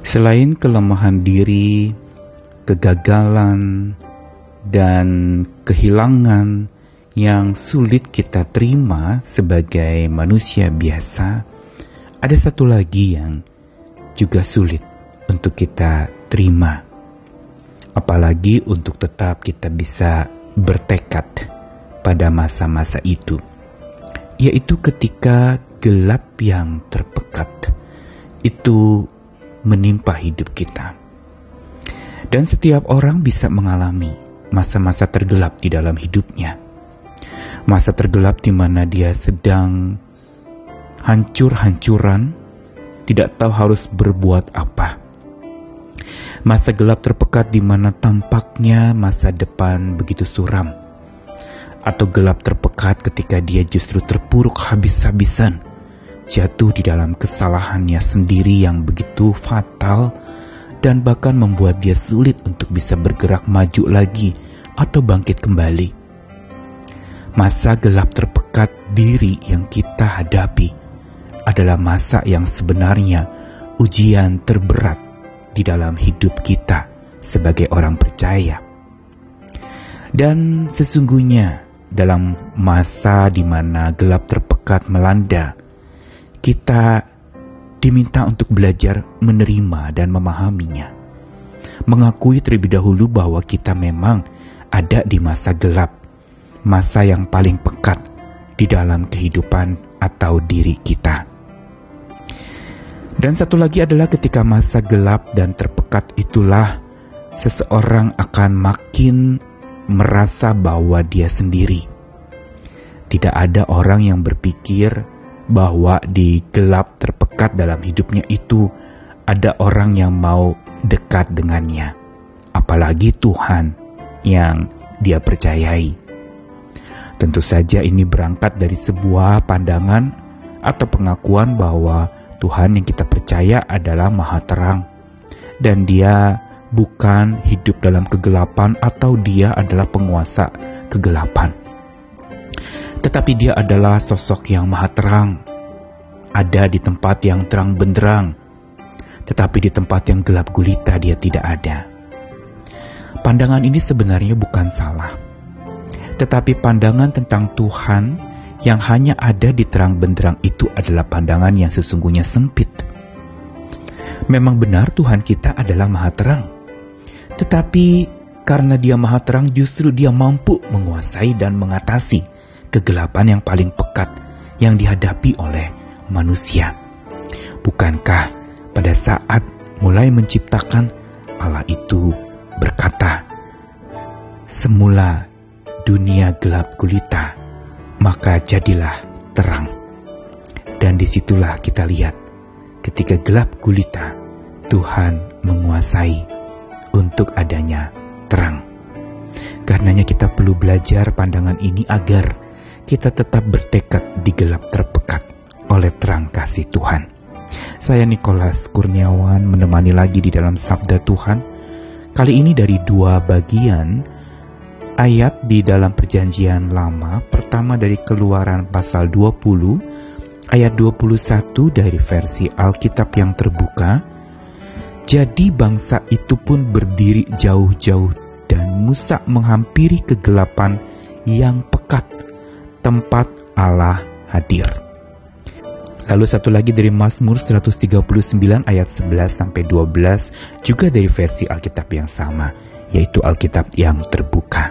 Selain kelemahan diri, kegagalan, dan kehilangan yang sulit kita terima sebagai manusia biasa, ada satu lagi yang juga sulit untuk kita terima. Apalagi untuk tetap kita bisa bertekad pada masa-masa itu, yaitu ketika gelap yang terpekat itu menimpa hidup kita. Dan setiap orang bisa mengalami masa-masa tergelap di dalam hidupnya. Masa tergelap di mana dia sedang hancur-hancuran, tidak tahu harus berbuat apa. Masa gelap terpekat di mana tampaknya masa depan begitu suram. Atau gelap terpekat ketika dia justru terpuruk habis-habisan, jatuh di dalam kesalahannya sendiri yang begitu fatal dan bahkan membuat dia sulit untuk bisa bergerak maju lagi atau bangkit kembali. Masa gelap terpekat diri yang kita hadapi adalah masa yang sebenarnya ujian terberat di dalam hidup kita sebagai orang percaya. Dan sesungguhnya dalam masa di mana gelap terpekat melanda, kita diminta untuk belajar menerima dan memahaminya. Mengakui terlebih dahulu bahwa kita memang ada di masa gelap, masa yang paling pekat di dalam kehidupan atau diri kita. Dan satu lagi adalah ketika masa gelap dan terpekat itulah seseorang akan makin merasa bahwa dia sendiri. Tidak ada orang yang berpikir bahwa di gelap terpekat dalam hidupnya itu ada orang yang mau dekat dengannya, apalagi Tuhan yang dia percayai. Tentu saja ini berangkat dari sebuah pandangan atau pengakuan bahwa Tuhan yang kita percaya adalah Maha Terang, dan Dia bukan hidup dalam kegelapan atau Dia adalah penguasa kegelapan. Tetapi Dia adalah sosok yang Maha Terang, ada di tempat yang terang benderang, tetapi di tempat yang gelap gulita Dia tidak ada. Pandangan ini sebenarnya bukan salah, tetapi pandangan tentang Tuhan yang hanya ada di terang benderang itu adalah pandangan yang sesungguhnya sempit. Memang benar Tuhan kita adalah Maha Terang, tetapi karena Dia Maha Terang justru Dia mampu menguasai dan mengatasi kegelapan yang paling pekat yang dihadapi oleh manusia. Bukankah pada saat mulai menciptakan, Allah itu berkata, "Semula dunia gelap gulita, maka jadilah terang." Dan disitulah kita lihat, ketika gelap gulita, Tuhan menguasai untuk adanya terang. Karenanya kita perlu belajar pandangan ini agar kita tetap bertekad di gelap terpekat oleh terang kasih Tuhan. Saya Nikolas Kurniawan menemani lagi di dalam Sabda Tuhan. Kali ini dari dua bagian ayat di dalam Perjanjian Lama. Pertama dari Keluaran pasal 20 ayat 21 dari versi Alkitab yang terbuka. Jadi bangsa itu pun berdiri jauh-jauh dan Musa menghampiri kegelapan yang pekat, tempat Allah hadir. Lalu satu lagi dari Mazmur 139 ayat 11-12 juga dari versi Alkitab yang sama, yaitu Alkitab yang terbuka.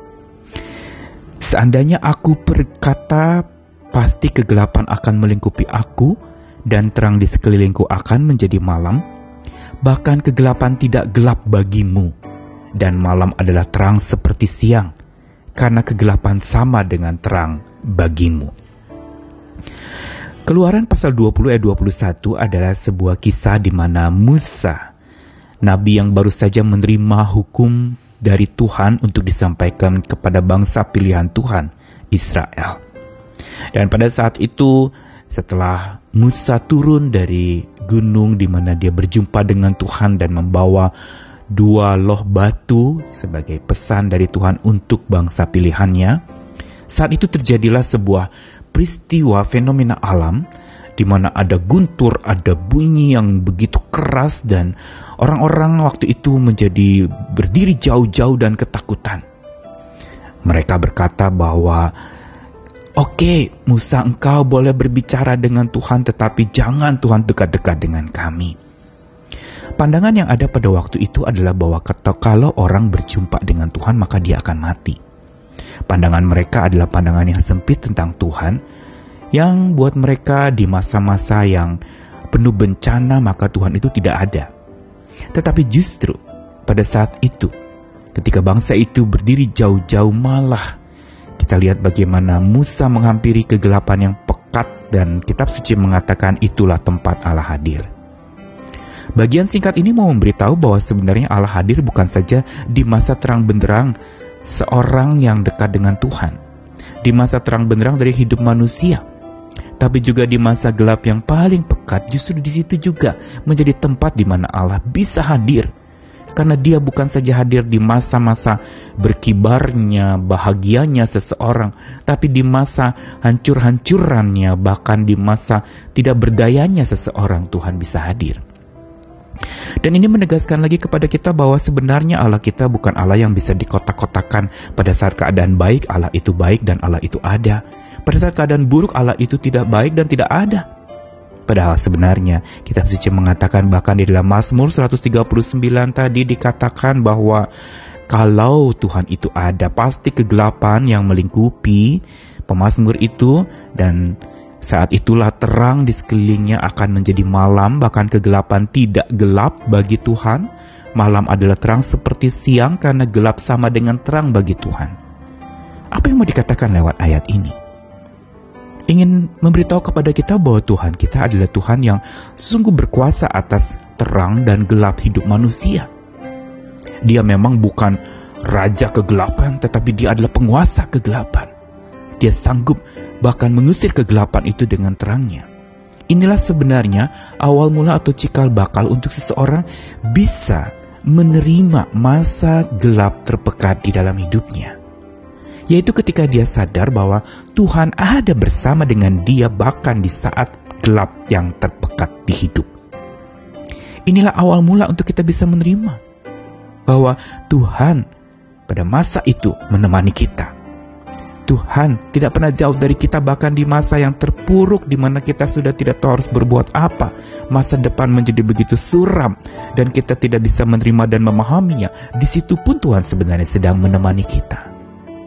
Seandainya aku berkata, pasti kegelapan akan melingkupi aku dan terang di sekelilingku akan menjadi malam, bahkan kegelapan tidak gelap bagimu dan malam adalah terang seperti siang, karena kegelapan sama dengan terang bagimu. Keluaran pasal 20 ayat 21 adalah sebuah kisah di mana Musa, nabi yang baru saja menerima hukum dari Tuhan untuk disampaikan kepada bangsa pilihan Tuhan, Israel. Dan pada saat itu, setelah Musa turun dari gunung di mana dia berjumpa dengan Tuhan dan membawa 2 loh batu sebagai pesan dari Tuhan untuk bangsa pilihannya, saat itu terjadilah sebuah peristiwa fenomena alam di mana ada guntur, ada bunyi yang begitu keras, dan orang-orang waktu itu menjadi berdiri jauh-jauh dan ketakutan. Mereka berkata bahwa, "Oke, Musa, engkau boleh berbicara dengan Tuhan, tetapi jangan Tuhan dekat-dekat dengan kami." Pandangan yang ada pada waktu itu adalah bahwa kalau orang berjumpa dengan Tuhan maka dia akan mati. Pandangan mereka adalah pandangan yang sempit tentang Tuhan, yang buat mereka di masa-masa yang penuh bencana maka Tuhan itu tidak ada. Tetapi justru pada saat itu, ketika bangsa itu berdiri jauh-jauh, malah kita lihat bagaimana Musa menghampiri kegelapan yang pekat, dan kitab suci mengatakan itulah tempat Allah hadir. Bagian singkat ini mau memberitahu bahwa sebenarnya Allah hadir bukan saja di masa terang benderang seorang yang dekat dengan Tuhan, di masa terang benderang dari hidup manusia, tapi juga di masa gelap yang paling pekat. Justru di situ juga menjadi tempat di mana Allah bisa hadir, karena Dia bukan saja hadir di masa-masa berkibarnya, bahagianya seseorang, tapi di masa hancur-hancurannya, bahkan di masa tidak berdayanya seseorang, Tuhan bisa hadir. Dan ini menegaskan lagi kepada kita bahwa sebenarnya Allah kita bukan Allah yang bisa dikotak-kotakan. Pada saat keadaan baik, Allah itu baik dan Allah itu ada. Pada saat keadaan buruk, Allah itu tidak baik dan tidak ada. Padahal sebenarnya kitab suci mengatakan, bahkan di dalam Mazmur 139 tadi dikatakan bahwa kalau Tuhan itu ada, pasti kegelapan yang melingkupi pemazmur itu, dan saat itulah terang di sekelilingnya akan menjadi malam. Bahkan kegelapan tidak gelap bagi Tuhan. Malam adalah terang seperti siang, karena gelap sama dengan terang bagi Tuhan. Apa yang mau dikatakan lewat ayat ini? Ingin memberitahu kepada kita bahwa Tuhan kita adalah Tuhan yang sungguh berkuasa atas terang dan gelap hidup manusia. Dia memang bukan raja kegelapan, tetapi Dia adalah penguasa kegelapan. Dia sanggup bahkan mengusir kegelapan itu dengan terangnya. Inilah sebenarnya awal mula atau cikal bakal untuk seseorang bisa menerima masa gelap terpekat di dalam hidupnya. Yaitu ketika dia sadar bahwa Tuhan ada bersama dengan dia bahkan di saat gelap yang terpekat di hidup. Inilah awal mula untuk kita bisa menerima bahwa Tuhan pada masa itu menemani kita. Tuhan tidak pernah jauh dari kita, bahkan di masa yang terpuruk, di mana kita sudah tidak tahu harus berbuat apa. Masa depan menjadi begitu suram dan kita tidak bisa menerima dan memahaminya. Di situ pun Tuhan sebenarnya sedang menemani kita.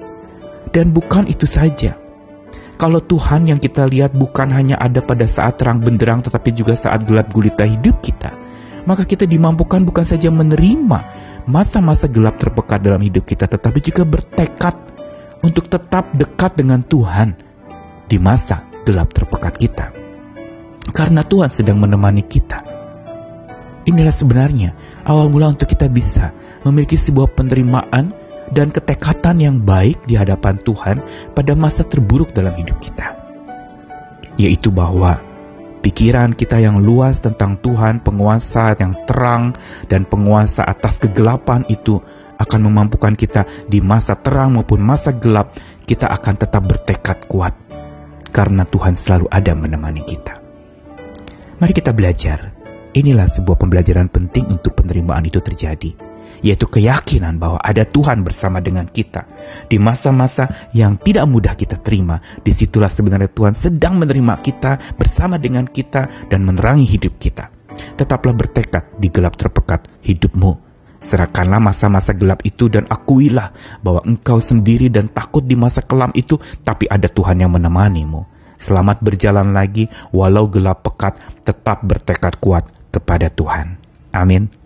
Dan bukan itu saja. Kalau Tuhan yang kita lihat bukan hanya ada pada saat terang benderang, tetapi juga saat gelap gulita hidup kita, maka kita dimampukan bukan saja menerima masa-masa gelap terpekat dalam hidup kita, tetapi juga bertekad untuk tetap dekat dengan Tuhan di masa gelap terpekat kita. Karena Tuhan sedang menemani kita. Inilah sebenarnya awal mula untuk kita bisa memiliki sebuah penerimaan dan ketekatan yang baik di hadapan Tuhan pada masa terburuk dalam hidup kita. Yaitu bahwa pikiran kita yang luas tentang Tuhan, penguasa yang terang dan penguasa atas kegelapan itu akan memampukan kita di masa terang maupun masa gelap, kita akan tetap bertekad kuat karena Tuhan selalu ada menemani kita. Mari kita belajar. Inilah sebuah pembelajaran penting untuk penerimaan itu terjadi, yaitu keyakinan bahwa ada Tuhan bersama dengan kita di masa-masa yang tidak mudah kita terima. Disitulah sebenarnya Tuhan sedang menerima kita, bersama dengan kita, dan menerangi hidup kita. Tetaplah bertekad di gelap terpekat hidupmu. Serahkanlah masa-masa gelap itu dan akuilah bahwa engkau sendiri dan takut di masa kelam itu, tapi ada Tuhan yang menemanimu. Selamat berjalan lagi, walau gelap pekat, tetap bertekad kuat kepada Tuhan. Amin.